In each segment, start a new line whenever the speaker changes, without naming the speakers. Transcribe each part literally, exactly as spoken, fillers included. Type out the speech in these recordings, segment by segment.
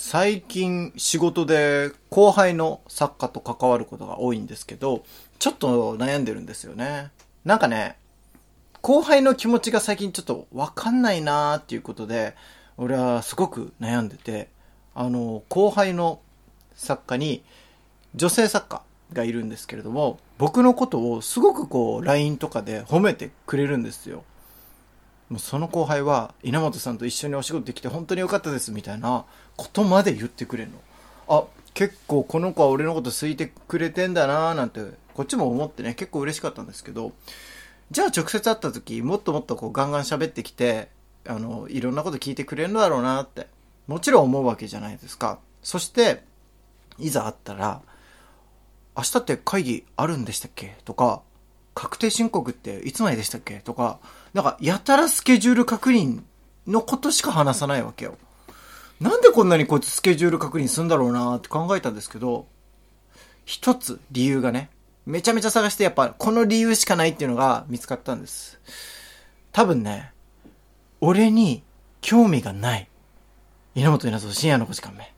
最近仕事で後輩の作家と関わることが多いんですけど、ちょっと悩んでるんですよね。なんかね、後輩の気持ちが最近ちょっとわかんないなーっていうことで、俺はすごく悩んでて、あの、後輩の作家に女性作家がいるんですけれども、僕のことをすごくこう ライン とかで褒めてくれるんですよ。もうその後輩は稲本さんと一緒にお仕事できて本当に良かったですみたいなことまで言ってくれるの。あ、結構この子は俺のこと好いてくれてんだなーなんてこっちも思ってね、結構嬉しかったんですけど、じゃあ直接会った時もっともっとこうガンガン喋ってきて、あのいろんなこと聞いてくれるんだろうなってもちろん思うわけじゃないですか。そしていざ会ったら、明日って会議あるんでしたっけとか、確定申告っていつまででしたっけとか、なんかやたらスケジュール確認のことしか話さないわけよ。なんでこんなにこいつスケジュール確認するんだろうなって考えたんですけど、一つ理由がね、めちゃめちゃ探してやっぱこの理由しかないっていうのが見つかったんです。多分ね、俺に興味がない。稲本稲造深夜のごじかんめ。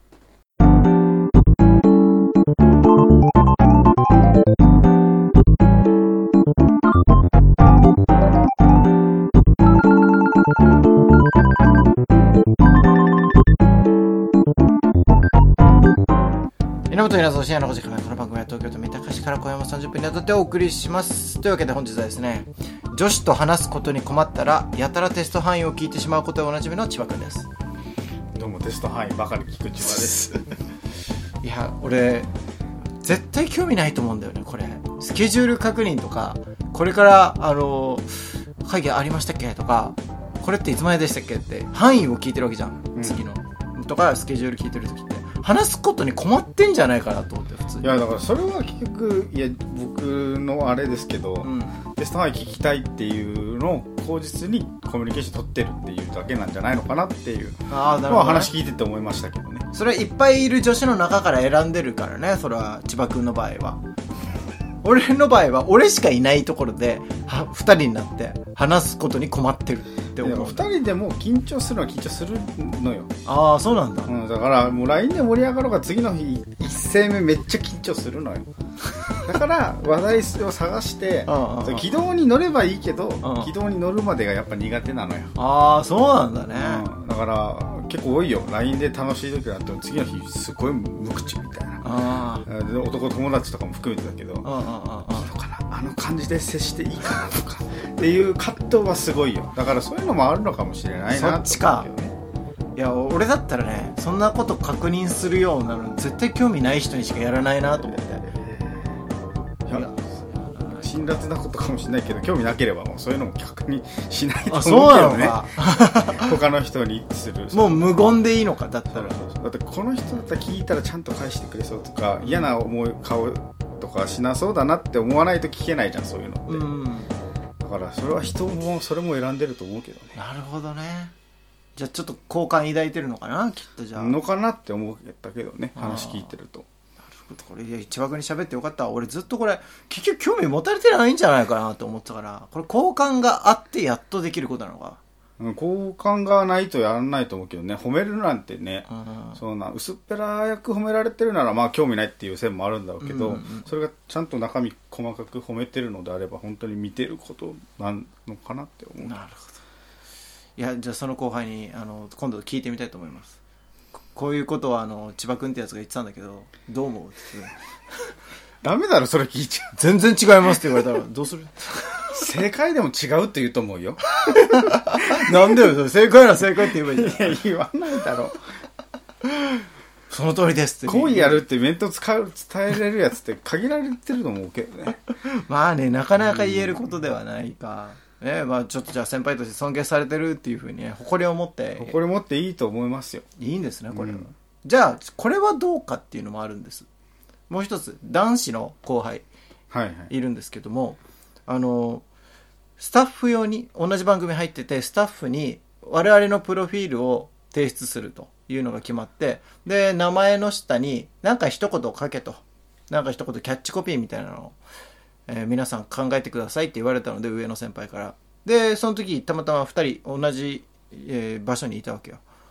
稲本稲造深夜のごじかんめ。この番組は東京都三鷹市から今夜もさんじゅっぷんにわたってお送りします。というわけで本日はですね、女子と話すことに困ったらやたらテスト範囲を聞いてしまうことでおなじみの千葉くんです。
どうもテスト範囲ばかり聞く千葉です
いや俺絶対興味ないと思うんだよね。これスケジュール確認とか、これからあの会議ありましたっけとか、これっていつまででしたっけって範囲を聞いてるわけじゃん、うん、次のとかスケジュール聞いてる時って話すことに困ってんじゃないかなと思って。普通に
いやだからそれは結局、いや僕のあれですけど、うん、テスト範囲聞きたいっていうのを口実にコミュニケーション取ってるっていうだけなんじゃないのかなっていうのは話聞いてて思いましたけどね。
それはいっぱいいる女子の中から選んでるからね。それは千葉くんの場合は。俺の場合は俺しかいないところでふたりになって話すことに困ってるって思う。
ふたりでも緊張するのは緊張するのよ。
ああそうなんだ、
うん、だからもう ライン で盛り上がろうが次の日一声目めっちゃ緊張するのよ。だから話題を探して軌道に乗ればいいけど軌道に乗るまでがやっぱ苦手なのよ。
ああそうなんだね、
うん、だから結構多いよ。 ライン で楽しい時があっても次の日すごい無口みたいな。あ男友達とかも含めてだけど、あああいいのかな、あの感じで接していいかなとかっていう葛藤はすごいよ。だからそういうのもあるのかもしれないなと思うけどね。そっちか。
いや俺だったらね、そんなこと確認するようなの絶対興味ない人にしかやらないなと思って。
いや辛辣なことかもしれないけど、興味なければもうそういうのも確認しないと思うけどね。他の人にする
もう無言でいいのか。だったら
だってこの人だったら聞いたらちゃんと返してくれそうとか、嫌な思い顔とかしなそうだなって思わないと聞けないじゃん、そういうのって。うん、だからそれは人もそれも選んでると思うけどね。
なるほどね。じゃあちょっと好感抱いてるのかな、きっと。じゃあ
のかなって思ったけどね、話聞いてると。
これ一番に喋ってよかった。俺ずっとこれ結局興味持たれてないんじゃないかなと思ってたから、これ好感があってやっとできることなのか。
好感がないとやらないと思うけどね。褒めるなんてね、うん、そうな薄っぺらやく褒められてるならまあ興味ないっていう線もあるんだろうけど、うんうん、それがちゃんと中身細かく褒めてるのであれば本当に見てることなのかなって思う。
なるほど。いやじゃあその後輩にあの今度聞いてみたいと思います。こういうことはあの千葉くんってやつが言ってたんだけどどう思うって
ダメだろそれ聞いちゃう。
全然違いますって言われたらどうする。
正解でも違うって言うと思うよ。
なんでよ、正解なら正解って言えばいいじゃん。
いや言わないだろ。
その通りです
って。行為やるって面と使う伝えれるやつって限られてると思うけどね。
まあね、なかなか言えることではないか。ね、まあちょっとじゃあ先輩として尊敬されてるっていう風にね、誇りを持って
誇りを持っていいと思いますよ。
いいんですねこれは、うん、じゃあこれはどうかっていうのもあるんです。もう一つ男子の後輩いるんですけども、はいはい、あのスタッフ用に同じ番組入っててスタッフに我々のプロフィールを提出するというのが決まって、で名前の下に何か一言書けと、なんか一言キャッチコピーみたいなのをえー、皆さん考えてくださいって言われたので、上の先輩から。でその時たまたまふたり同じ、えー、場所にいたわけよ。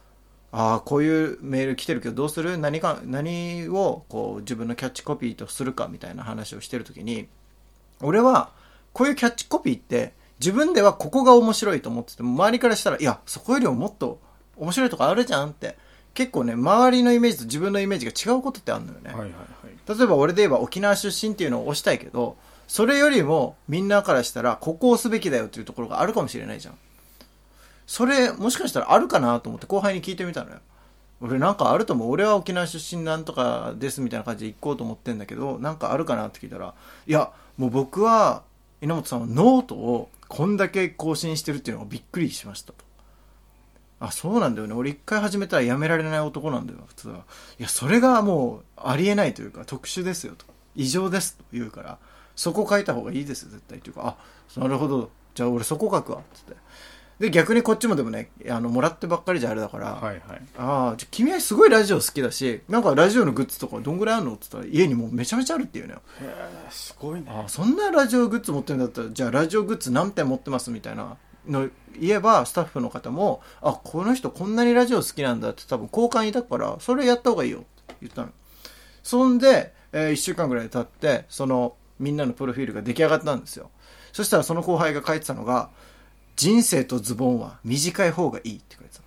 ああこういうメール来てるけどどうする、何か何をこう自分のキャッチコピーとするかみたいな話をしてるときに、俺はこういうキャッチコピーって自分ではここが面白いと思ってても、周りからしたらいやそこよりももっと面白いとこあるじゃんって、結構ね周りのイメージと自分のイメージが違うことってあるのよね、はいはいはい、例えば俺で言えば沖縄出身っていうのを推したいけど、それよりもみんなからしたらここを押すべきだよっていうところがあるかもしれないじゃん。それもしかしたらあるかなと思って後輩に聞いてみたのよ。俺なんかあると思う、俺は沖縄出身なんとかですみたいな感じで行こうと思ってんだけど、なんかあるかなって聞いたら、いやもう僕は稲本さんはノートをこんだけ更新してるっていうのがびっくりしましたと。あ、そうなんだよね、俺一回始めたらやめられない男なんだよ普通は。いやそれがもうありえないというか特殊ですよと、異常ですと言うから、そこ書いた方がいいですよ絶対というか、あなるほどじゃあ俺そこ書くわっつって、で逆にこっちもでもね、あのもらってばっかりじゃあれだから、はいはい、ああじゃ君はすごいラジオ好きだし、なんかラジオのグッズとかどんぐらいあるのって言ったら家にもうめちゃめちゃあるっていうね。へ
えすごいね。
あそんなラジオグッズ持ってるんだったらじゃあラジオグッズ何点持ってますみたいなの言えば、スタッフの方もあこの人こんなにラジオ好きなんだって多分好感いたからそれやった方がいいよって言ったの。そんで、えー、いっしゅうかんぐらい経ってそのみんなのプロフィールが出来上がったんですよ。そしたらその後輩が書いてたのが、人生とズボンは短い方がいいって書いて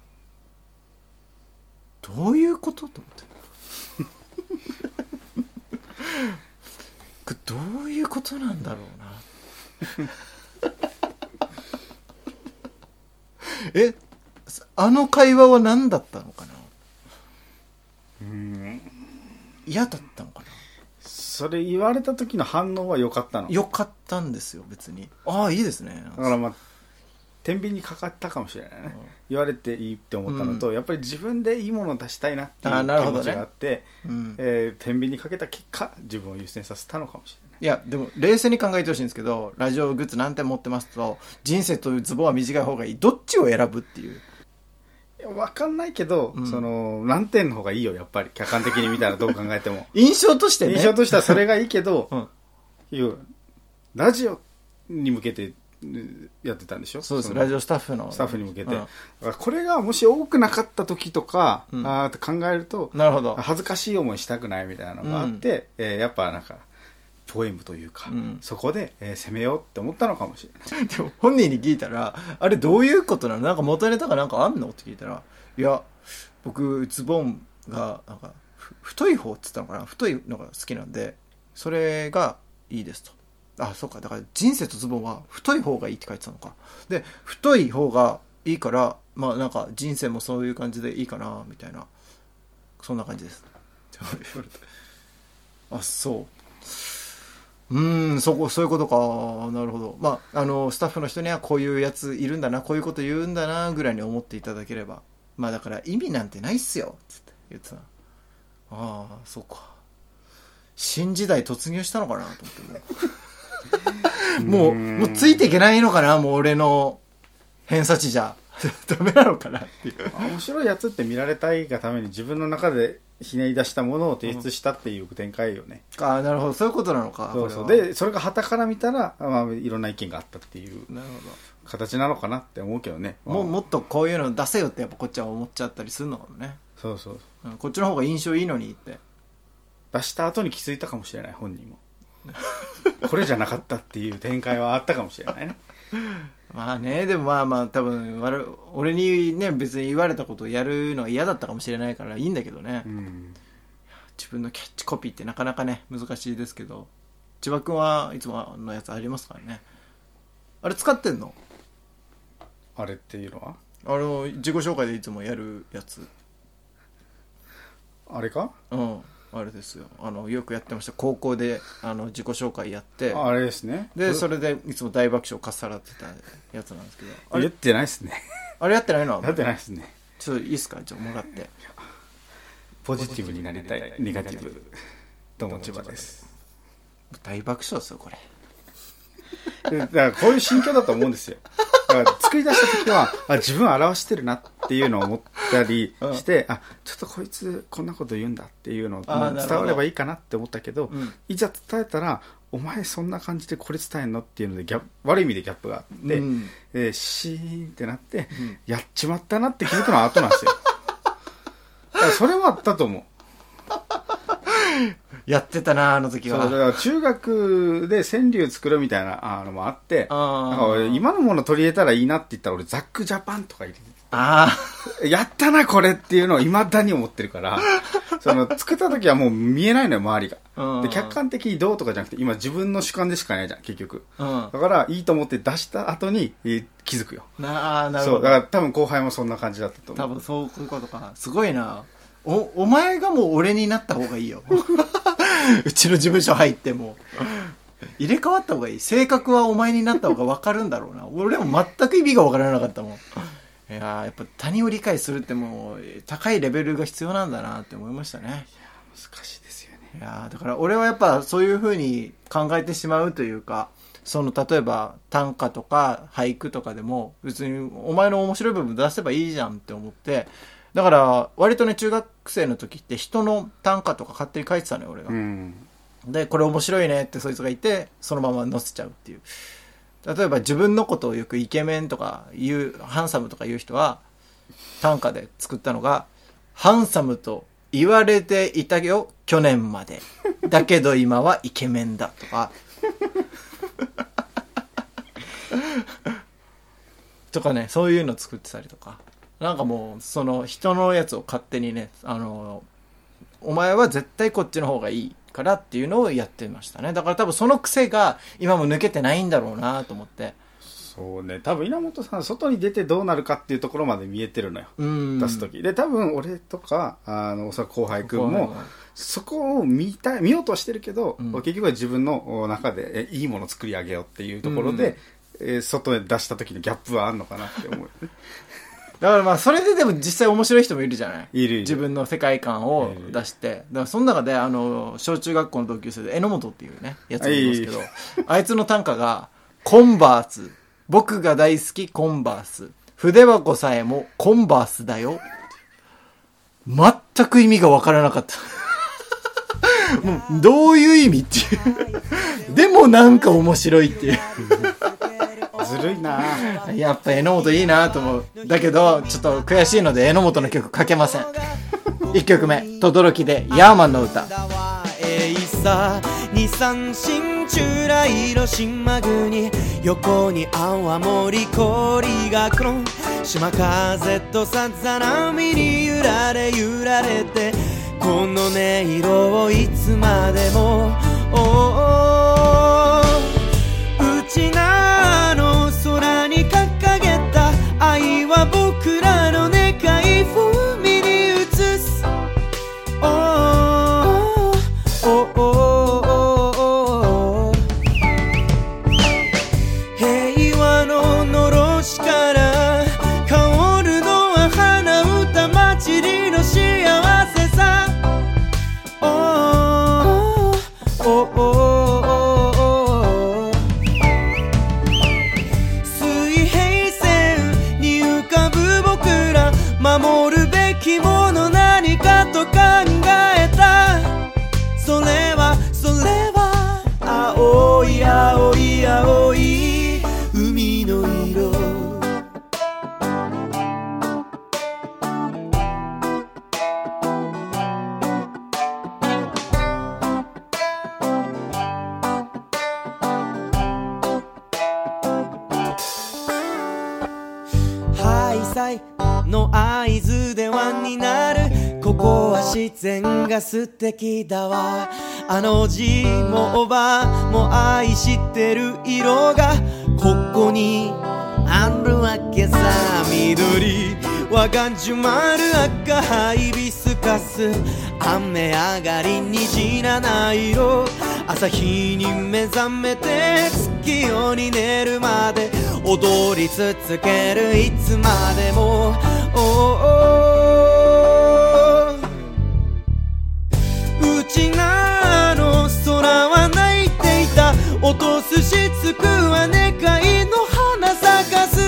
たの。どういうことと思ってこれどういうことなんだろうなえあの会話は何だったのかな。うーん嫌だったのかな。
それ言われた時の反応は良かったの？
良かったんですよ別に。ああいいですね。
だからまあ天秤にかかったかもしれないね、うん、言われていいって思ったのと、うん、やっぱり自分でいいものを出したいなっていう気持ちがあって、ねうんえー、天秤にかけた結果自分を優先させたのかもしれない。
いやでも冷静に考えてほしいんですけど、ラジオグッズ何点持ってますと人生というズボンは短い方がいい、どっちを選ぶっていう。
いや分かんないけど、うん、その何点の方がいいよやっぱり客観的に見たらどう考えても
印象としてね、
印象としてはそれがいいけど、うん、ラジオに向けてやってたんでしょ。
そうです、ラジオスタッフの
スタッフに向けて、うん、これがもし多くなかった時とか、うん、あって考えると
なるほど
恥ずかしい思いしたくないみたいなのがあって、うんえー、やっぱなんかポエムというか、うん、そこで、えー、攻めようって思ったのかもしれない。
でも本人に聞いたらあれどういうことなの、なんか元ネタかなんかあんのって聞いたら、いや僕ズボンがなんか太い方って言ったのかな、太いのが好きなんでそれがいいですと。あ、そうか、だから人生とズボンは太い方がいいって書いてたのか。で、太い方がいいから、まあなんか人生もそういう感じでいいかなみたいな、そんな感じです。あ、そう。うーん、そこそういうことか。なるほど。まああのスタッフの人にはこういうやついるんだな、こういうこと言うんだなぐらいに思っていただければ、まあだから意味なんてないっすよつって言ってた。ああ、そうか。新時代突入したのかなと思ってもう、もうついていけないのかな、もう俺の偏差値じゃダメなのかなっていう。
面白いやつって見られたいがために自分の中でひねり出したものを提出したっていう展開よね、
うん、ああなるほど、そういうことなのか。
そうそうでそれが傍から見たら、まあ、いろんな意見があったっていう形なのかなって思うけどね、
まあ、もうもっとこういうの出せよってやっぱこっちは思っちゃったりするのかもね。
そうそう、
うん、こっちの方が印象いいのにって
出した後に気づいたかもしれない本人もこれじゃなかったっていう展開はあったかもしれないね
まあね、でもまあまあ多分俺にね別に言われたことをやるのは嫌だったかもしれないからいいんだけどね、うん、自分のキャッチコピーってなかなかね難しいですけど、千葉君はいつものやつありますからね。あれ使ってんの？
あれっていうのは
あの自己紹介でいつもやるやつ。
あれか？
うんあれですよ、あのよくやってました。高校であの自己紹介やって、
あれですね。
でそれでいつも大爆笑かっさらってたやつなんですけど、
あれやってないですね。
あれやってないの？
やってないですね。
ちょっといいですか、ちょっともらって。
ポジティブになりたいネガティブとも千葉です。
大爆笑ですよこれ。
だからこういう心境だと思うんですよ。だから作り出した時はあ自分を表してるなっていうのを思ったりして、うん、あちょっとこいつこんなこと言うんだっていうのを伝わればいいかなって思ったけど、うん、いざ伝えたらお前そんな感じでこれ伝えんのっていうのでギャ悪い意味でギャップがあって、うんえー、シーンってなって、うん、やっちまったなって気づくのは後なんですよそれはあったと思う。
やってたな、あの時は。
そう、だから中学で川柳作るみたいなのもあって、なんか俺今のもの取り入れたらいいなって言ったら、俺ザックジャパンとか入れて
あ
あ。やったな、これっていうのを未だに思ってるから、その、作った時はもう見えないのよ、周りが。で、客観的にどうとかじゃなくて、今自分の主観でしかないじゃん、結局。だから、いいと思って出した後に、えー、気づくよ。
なあ、なるほど。
そう、だから多分後輩もそんな感じだったと思う。
多分そういうことか。すごいな。お、お前がもう俺になった方がいいよ。うちの事務所入っても。入れ替わった方がいい。性格はお前になった方が分かるんだろうな。俺も全く意味が分からなかったもん。いやー、やっぱ他人を理解するってもう高いレベルが必要なんだなって思いましたね。いや、
難しいですよね。
いやー、だから俺はやっぱそういう風に考えてしまうというか、その例えば短歌とか俳句とかでも別にお前の面白い部分出せばいいじゃんって思って、だから割とね、中学生の時って人の短歌とか勝手に書いてたのよ、俺が。うん、で、これ面白いねってそいつがいて、そのまま載せちゃうっていう。例えば自分のことをよくイケメンとか言う、ハンサムとか言う人は短歌で作ったのが、ハンサムと言われていたよ去年まで、だけど今はイケメンだとかとかね、そういうの作ってたりとか、なんかもうその人のやつを勝手にね、あのお前は絶対こっちの方がいいからっていうのをやってましたね。だから多分その癖が今も抜けてないんだろうなと思って。
そうね、多分稲本さん外に出てどうなるかっていうところまで見えてるのよ、出す時で。多分俺とかあのおそらく後輩くんもそこを見たい見ようとはしてるけど、うん、結局は自分の中でいいものを作り上げようっていうところで、うん、えー、外へ出した時のギャップはあるのかなって思うよね。
だからまあそれででも実際面白い人もいるじゃない。
いるいる。
自分の世界観を出して、だからその中であの小中学校の同級生で榎本っていうねやつがいますけど、あいつの短歌がコンバース、僕が大好きコンバース、筆箱さえもコンバースだよ。全く意味がわからなかった。もうどういう意味っていう。でもなんか面白いっていう。
ずるいな。
やっぱ榎本いいなと思う。だけどちょっと悔しいので榎本の曲かけません。いっきょくめ、轟でヤーマンの歌。
二三新中来の島国、横に泡盛氷がこの島風とさざ波に揺られ揺られて、この音色をいつまでも、うちなの空に掲げた愛は僕らの願い海に映す。平和ののろしから香るのは花歌祭りの幸せさ。水平線に浮かぶ僕ら、守るべきもの何かと考えた。それはそれは青い青い青い海の色。ハイサイの合図で輪になる、ここは自然が素敵だわ。あのおじいもおばあも愛してる色がここにあるわけさ。緑はガンジュマル、赤ハイビスカス、雨上がり虹七色、朝日に目覚めて月夜に寝るまで踊り続けるいつまでも。うちなの空は泣いていた、落とすしつくは願いの花咲かす。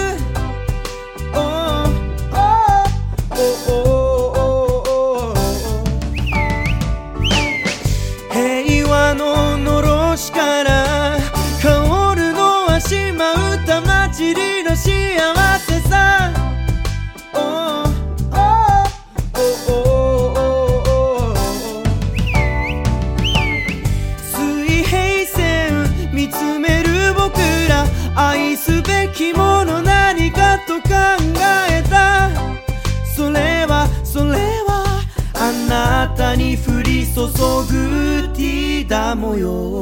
平和ののろしから香るのは島唄祭りの幸せさ。 なたに降り注ぐティーダ模様、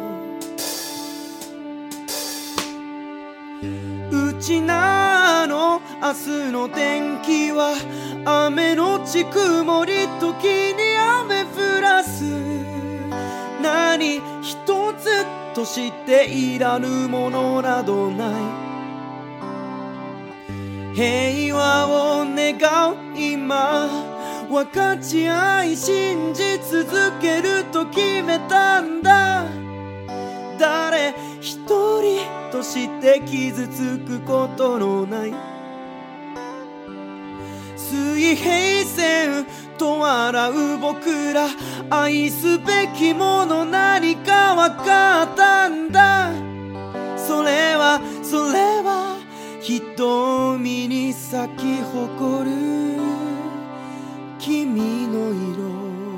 うちなの明日の天気は雨のち曇り、時に雨降らす。何一つとしていらぬものなどない。平和を願う今、分かち合い信じ続けると決めたんだ。誰一人として傷つくことのない水平線と笑う僕ら、愛すべきもの何か分かったんだ。それはそれは瞳に咲き誇る君の色。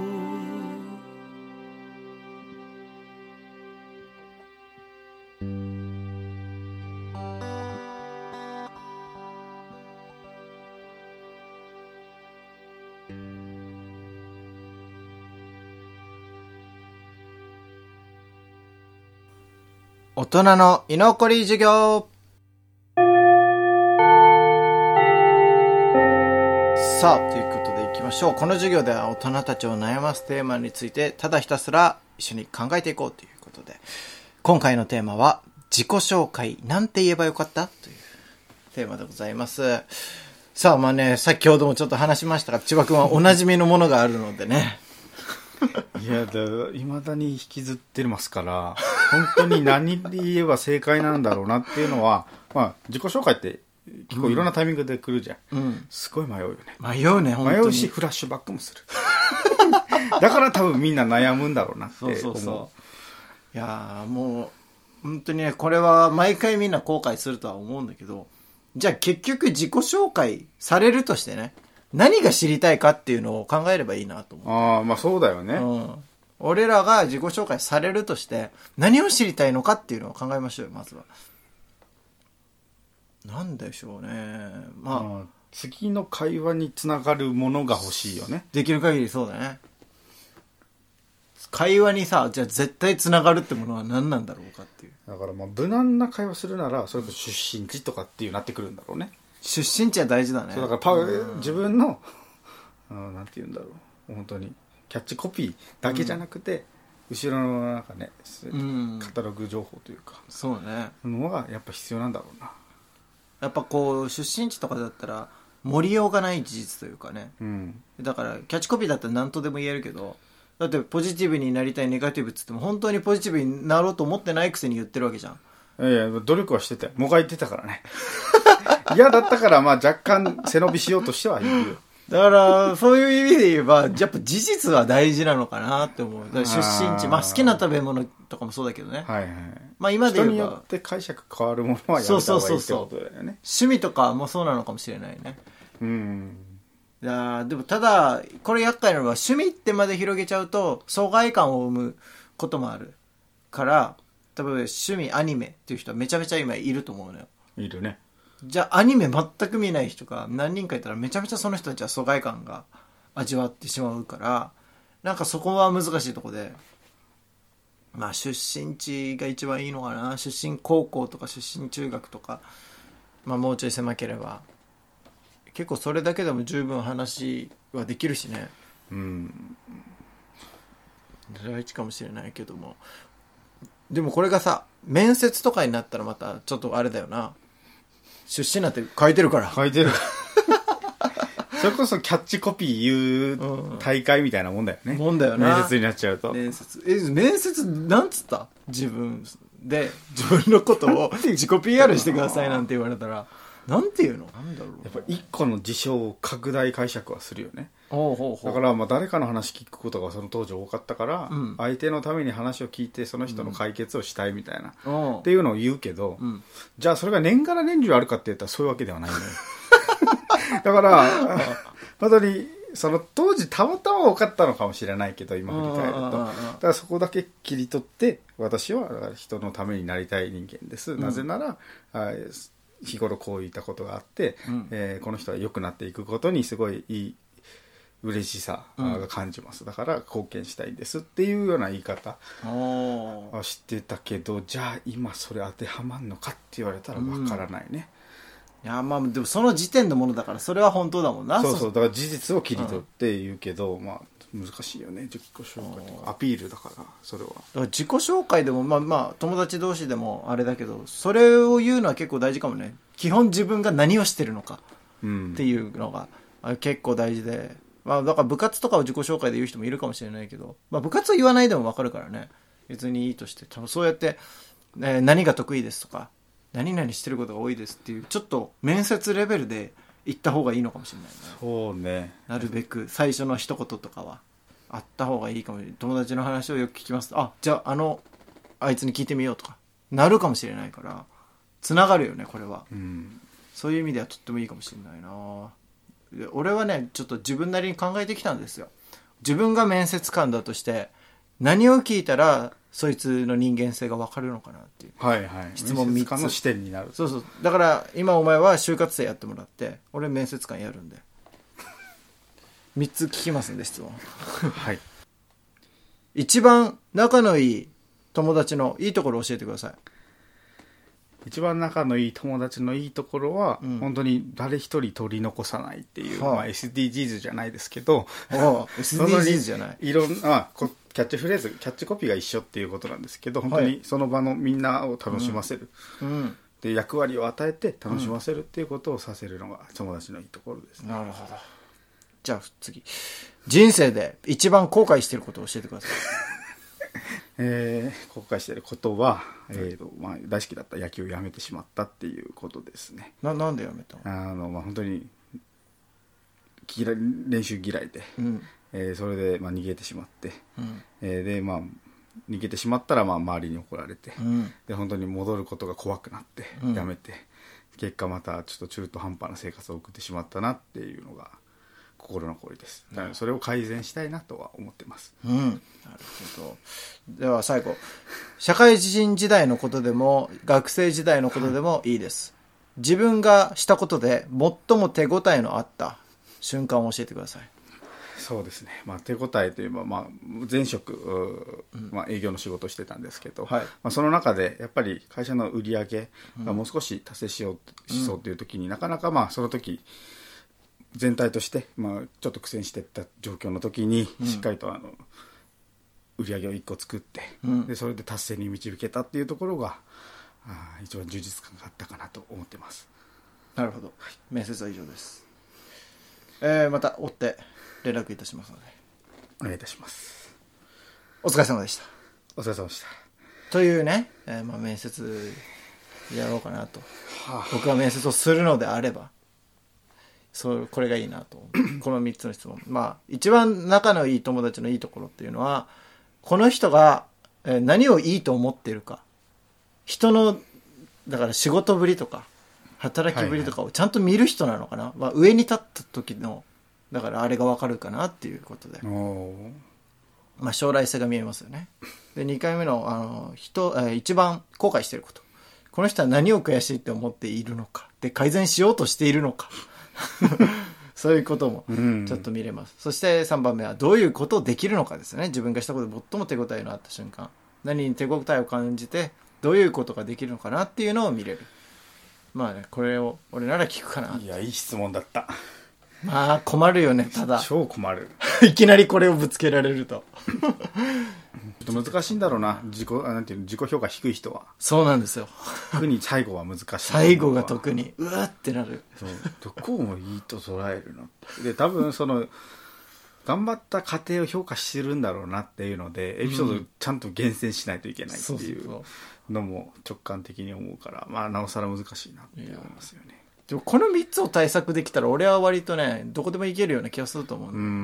大人の居残り授業。さあ、ということでいきましょう。この授業では大人たちを悩ますテーマについてただひたすら一緒に考えていこうということで、今回のテーマは自己紹介なんて言えばよかったというテーマでございます。さあ、まあね、先ほどもちょっと話しましたが、千葉くんはおなじみのものがあるのでね。
いや、いまだに引きずってますから、本当に何で言えば正解なんだろうなっていうのは、まあ、自己紹介って結構いろんなタイミングで来るじゃん。うん、すごい迷うよね。
迷うね、本当に。
迷うし、フラッシュバックもする。だから多分みんな悩むんだろうなって思う。そうそうそう。
いやー、もう、本当にね、これは毎回みんな後悔するとは思うんだけど、じゃあ結局自己紹介されるとしてね、何が知りたいかっていうのを考えればいいなと思う。
ああ、まあそうだよね。
うん。俺らが自己紹介されるとして、何を知りたいのかっていうのを考えましょうよ、まずは。なんでしょうね。まあ、ああ、
次の会話につながるものが欲しいよね。
できる限りそうだね。会話にさ、じゃあ絶対つながるってものは何なんだろうかっていう。
だからまあ無難な会話するなら、それこそ出身地とかっていうなってくるんだろうね。
出身地は大事だね。
そうだからパウ、自分の、うん、なんて言うんだろう、本当にキャッチコピーだけじゃなくて、うん、後ろのなんかね、うん、カタログ情報というか、
そうね、
のがやっぱ必要なんだろうな。
やっぱこう出身地とかだったら盛りようがない事実というかね、うん、だからキャッチコピーだったら何とでも言えるけど、だってポジティブになりたいネガティブっつっても本当にポジティブになろうと思ってないくせに言ってるわけじゃん。
いやいや、努力はしてて、もがいてたからね。嫌だったから、まあ若干背伸びしようとしてはいるよ。
だから、そういう意味で言えば、やっぱ事実は大事なのかなって思う。だから出身地、まあ好きな食べ物とかもそうだけどね。はいはい。まあ今で言えば。
人によって解釈変わるものはやめた方がいいってことだよね。そうそうそうそう。
趣味とかもそうなのかもしれないね。うん。いやでもただ、これ厄介なのは趣味ってまで広げちゃうと、疎外感を生むこともあるから、多分趣味アニメっていう人はめちゃめちゃ今いると思うのよ。
いるね。
じゃあアニメ全く見ない人が何人かいたらめちゃめちゃその人たちは疎外感が味わってしまうから、なんかそこは難しいとこで、まあ出身地が一番いいのかな。出身高校とか出身中学とか、まあもうちょい狭ければ結構それだけでも十分話はできるしね。うん。大事かもしれないけども、でもこれがさ、面接とかになったらまたちょっとあれだよな。出身なんて書いてるから。
書いてる。それこそキャッチコピー言う大会みたいなもんだよね。
もんだよね。
面接になっちゃうと。
面接。え、面接なんつった？自分で自分のことを自己 ピーアール してくださいなんて言われたら、なんて言うの？なんだろう。
やっぱ一個の事象を拡大解釈はするよね。ほうほうほう。だからまあ誰かの話聞くことがその当時多かったから、うん、相手のために話を聞いてその人の解決をしたいみたいな、うん、っていうのを言うけど、うん、じゃあそれが年がら年中あるかって言ったらそういうわけではないのよ。だから本当にその当時たまたま多かったのかもしれないけど、今振り返ると、だからそこだけ切り取って、私は人のためになりたい人間です、うん、なぜなら日頃こういったことがあって、うん、えー、この人は良くなっていくことにすごいいい嬉しさが感じます、うん、だから貢献したいですっていうような言い方はしてたけど、じゃあ今それ当てはまんのかって言われたらわからないね、
うん、いやまあでもその時点のものだからそれは本当だもんな。
そうそうだから事実を切り取って言うけど、うん、まあ難しいよね自己紹介とかアピールだからそれは。だ
から自己紹介でもまあまあ友達同士でもあれだけどそれを言うのは結構大事かもね。基本自分が何をしてるのかっていうのが、うん、結構大事で。まあだから部活とかを自己紹介で言う人もいるかもしれないけど、まあ部活を言わないでも分かるからね。別にいいとして、多分そうやって、えー、何が得意ですとか、何々してることが多いですっていう、ちょっと面接レベルで言った方がいいのかもしれないね。
そうね。
なるべく最初の一言とかはあった方がいいかもしれない。友達の話をよく聞きます。あ、じゃああの、あいつに聞いてみようとか、なるかもしれないから、つながるよね、これは。うん、そういう意味ではとってもいいかもしれないな。俺はねちょっと自分なりに考えてきたんですよ。自分が面接官だとして何を聞いたらそいつの人間性が分かるのかなっていう、
はいはい、
質問みっつ
面接官の視点になる。
そうそうだから今お前は就活生やってもらって俺面接官やるんでみっつ聞きますんで質問
はい。
一番仲のいい友達のいいところを教えてください。
一番仲のいい友達のいいところは、うん、本当に誰一人取り残さないっていう、はあまあ、エスディージーズ じゃないですけど、
ああエスディージーズ じゃない
いろんなキャッチフレーズキャッチコピーが一緒っていうことなんですけど、本当にその場のみんなを楽しませる、うんうん、で役割を与えて楽しませるっていうことをさせるのが友達のいいところですね、
うん、なるほど。じゃあ次人生で一番後悔してることを教えてください
えー、後悔していることは、えーとまあ、大好きだった野球をやめてしまったっていうことですね。
な, なんでやめた
のあの、まあ、本当に嫌い練習嫌いで、うんえー、それで、まあ、逃げてしまって、うんえー、でまあ逃げてしまったら、まあ、周りに怒られて、うん、で本当に戻ることが怖くなってやめて、うん、結果またちょっと中途半端な生活を送ってしまったなっていうのが心残りです。だからそれを改善したいなとは思ってます、
うん、なるほど。では最後社会人時代のことでも学生時代のことでもいいです、はい、自分がしたことで最も手応えのあった瞬間を教えてください。
そうですね、まあ、手応えといえば、まあ、前職、まあ、営業の仕事をしてたんですけど、はいまあ、その中でやっぱり会社の売り上げがもう少し達成しよう、しそうという時に、うん、なかなかまあその時全体として、まあ、ちょっと苦戦していった状況の時に、うん、しっかりとあの売り上げをいっこ作って、うん、でそれで達成に導けたっていうところがあ一番充実感があったかなと思ってます。
なるほど、はい、面接は以上です、えー、また追って連絡いたしますので
お願いいたします。
お疲れ様でした。
お疲れ様でした
というね、えーまあ、面接やろうかなと、はあ、僕が面接をするのであればそうこれがいいなとこのみっつの質問、まあ一番仲のいい友達のいいところっていうのはこの人が何をいいと思っているか、人のだから仕事ぶりとか働きぶりとかをちゃんと見る人なのかな、はいはいまあ、上に立った時のだからあれが分かるかなっていうことで、まあ、将来性が見えますよね。でにかいめの、あの人、えー、一番後悔していること、この人は何を悔しいって思っているのかで改善しようとしているのかそういうこともちょっと見れます、うん、そしてさんばんめはどういうことをできるのかですね。自分がしたことで最も手応えのあった瞬間、何に手応えを感じてどういうことができるのかなっていうのを見れる。まあねこれを俺なら聞くかな。
いやいい質問だった。
まあ困るよね。ただ
超困る
いきなりこれをぶつけられると
ちょっと難しいんだろうな、自己なんていうの自己評価低い人は。
そうなんですよ。
特に最後は難しい。
最後が特にうわってなる。
そうどこもいいと捉えるので多分その頑張った過程を評価してるんだろうなっていうのでエピソードちゃんと厳選しないといけないっていうのも直感的に思うから、まあなおさら難しいなって思いますよね。
でもこのみっつを対策できたら俺は割とねどこでもいけるような気がすると思うんだよね。うん、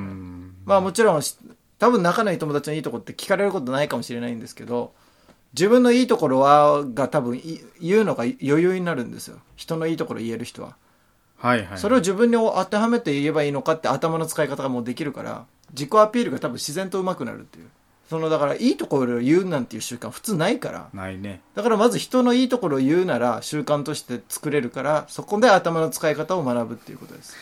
まあもちろん多分仲のいい友達のいいところって聞かれることないかもしれないんですけど、自分のいいところはが多分言うのが余裕になるんですよ。人のいいところ言える人は、
はいはい、
それを自分に当てはめて言えばいいのかって頭の使い方がもうできるから自己アピールが多分自然と上手くなるっていう。そのだからいいところを言うなんていう習慣普通ないから
ないね。
だからまず人のいいところを言うなら習慣として作れるからそこで頭の使い方を学ぶっていうことです。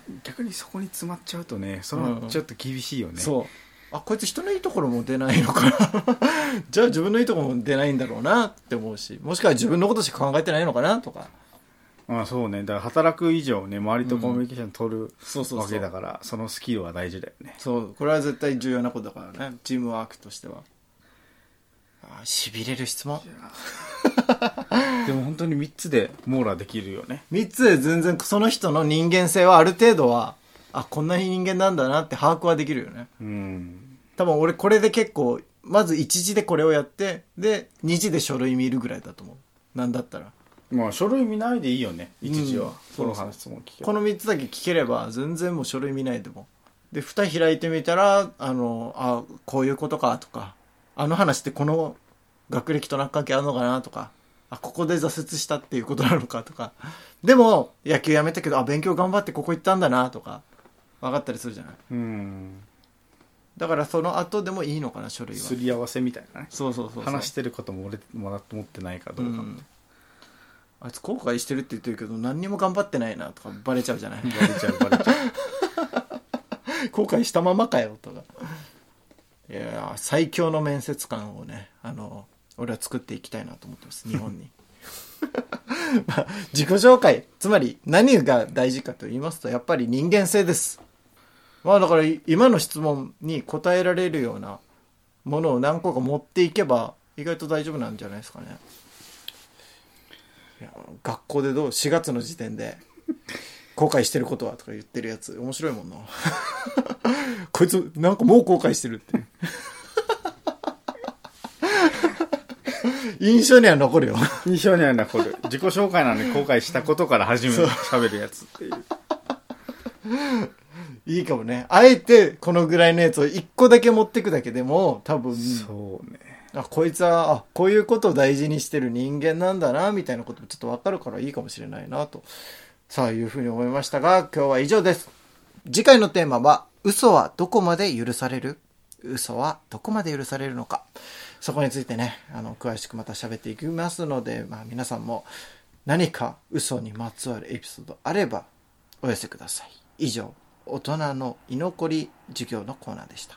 逆にそこに詰まっちゃうとね、そのちょっと厳しいよね、うん、
そうあこいつ人のいいところも出ないのかなじゃあ自分のいいところも出ないんだろうなって思うし、もしくは自分のことしか考えてないのかなとか。
まあそうね、だから働く以上ね周りとコミュニケーション取る、うん、そうそうそうわけだから、そのスキルは大事だよね。
そうこれは絶対重要なことだからね、チームワークとしては。あしびれる質問
でも本当にみっつで網羅できるよね。
みっつで全然その人の人間性はある程度はあこんな人間なんだなって把握はできるよね。
うん
多分俺これで結構まずいちじでこれをやってでにじで書類見るぐらいだと思う。なんだったら
まあ書類見ないでいいよねいちじは、うん、
この話も聞けばこのみっつだけ聞ければ全然もう書類見ないでもで蓋開いてみたらあのあこういうことかとかあの話ってこの学歴と何関係あるのかなとかあここで挫折したっていうことなのかとかでも野球やめたけどあ勉強頑張ってここ行ったんだなとか分かったりするじゃない。
うん
だからその後でもいいのかな書類は。
すり合わせみたいなね。
そうそうそうそう
話してることも俺もら持ってないかどうか、うん、
あいつ後悔してるって言ってるけど何にも頑張ってないなとかバレちゃうじゃない。
バレちゃうバレちゃ
う後悔したままかよとか。いや最強の面接官をねあの俺は作っていきたいなと思ってます日本にまあ、自己紹介つまり何が大事かと言いますとやっぱり人間性です。まあだから今の質問に答えられるようなものを何個か持っていけば意外と大丈夫なんじゃないですかね。いや学校でどうしがつの時点で後悔してることはとか言ってるやつ面白いもんなこいつなんかもう後悔してるって印象には残るよ
印象には残る自己紹介なのに後悔したことから始める喋るやつっていう
いいかもね。あえてこのぐらいのやつをいっこだけ持ってくだけでも多分
そうね
あこいつはあこういうことを大事にしてる人間なんだなみたいなこともちょっと分かるからいいかもしれないなとさあいうふうに思いましたが今日は以上です。次回のテーマは嘘はどこまで許される嘘はどこまで許されるのかそこについてねあの詳しくまた喋っていきますので、まあ、皆さんも何か嘘にまつわるエピソードあればお寄せください。以上大人の居残り授業のコーナーでした。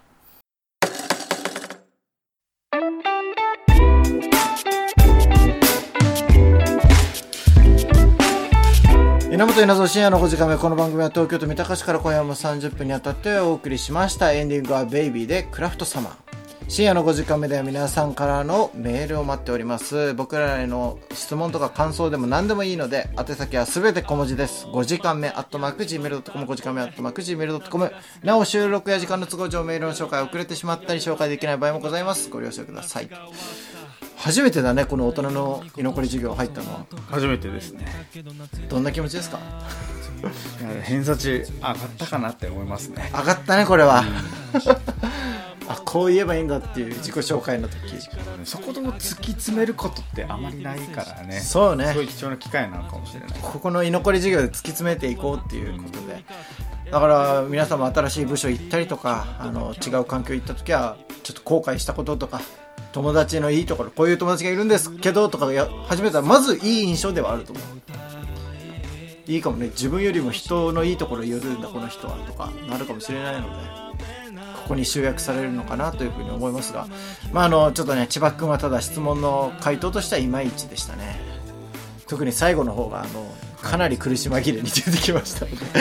稲本稲造深夜のごじかんめ。この番組は東京都三鷹市から今夜もさんじゅっぷんにあたってお送りしました。エンディングはベイビーでクラフトサマー。深夜のごじかんめでは皆さんからのメールを待っております。僕らへの質問とか感想でも何でもいいので宛先はすべて小文字です。ごじかんめアットマーク ジーメールドットコム ごじかんめアットマーク ジーメールドットコム。 なお収録や時間の都合上メールの紹介遅れてしまったり紹介できない場合もございます。ご了承ください。初めてだねこの大人の居残り授業入ったのは。
初めてですね。
どんな気持ちですか？
偏差値上がったかなって思いますね。
上がったねこれは、あこう言えばいいんだっていう自己紹介の時
そことも突き詰めることってあまりないからね。
そうね、
そういう貴重な機会なのかもしれない。
ここの居残り授業で突き詰めていこうっていうことで、だから皆さんも新しい部署行ったりとかあの違う環境行った時はちょっと後悔したこととか友達のいいところこういう友達がいるんですけどとかや始めたらまずいい印象ではあると思う。いいかもね。自分よりも人のいいところ言うんだこの人はとかなるかもしれないのでここに集約されるのかなというふうに思いますが、まああのちょっとね千葉君はただ質問の回答としてはいまいちでしたね。特に最後の方があのかなり苦し紛れに出てきましたので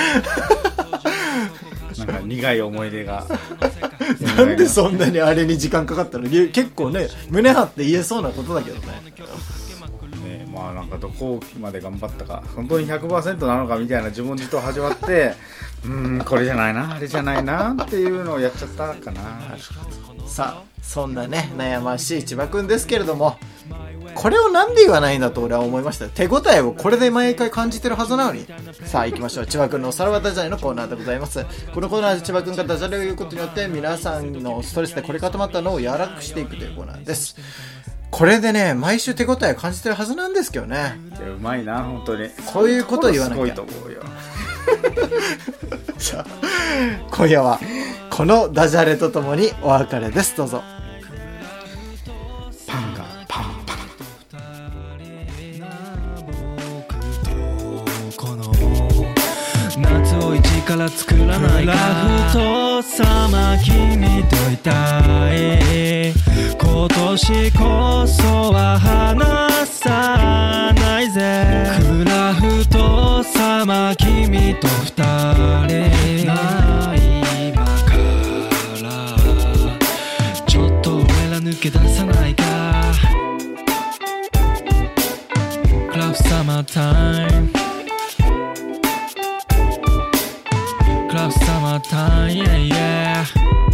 なんか苦い思い出が
なんでそんなにあれに時間かかったの？結構ね胸張って言えそうなことだけどね。
ねまあなんかどこまで頑張ったか本当に ひゃくパーセント なのかみたいな自問自答始まってうーんこれじゃないなあれじゃないなっていうのをやっちゃったかな。
さあそんなね悩ましい千葉くんですけれどもこれをなんで言わないんだと俺は思いました。手応えをこれで毎回感じてるはずなのに。さあ行きましょう。千葉くんのおさらばダジャレのコーナーでございます。このコーナーで千葉くんがダジャレを言うことによって皆さんのストレスでこれ固まったのを柔らかくしていくというコーナーです。これでね毎週手応えを感じてるはずなんですけどね。
いやうまいな本当に。
こういうことを言わなきゃ
すごいと思うよ
さあ今夜はこのダジャレとともにお別れです。どうぞ。
パンがパンパン
夏を一から作らないか。クラフトサマー君といたい。今年こそは離さないぜ。クラフトサマー君と二人。な今からちょっと俺ら抜け出さないか。クラフトサマータイム、クラフトサマータイム、yeah, yeah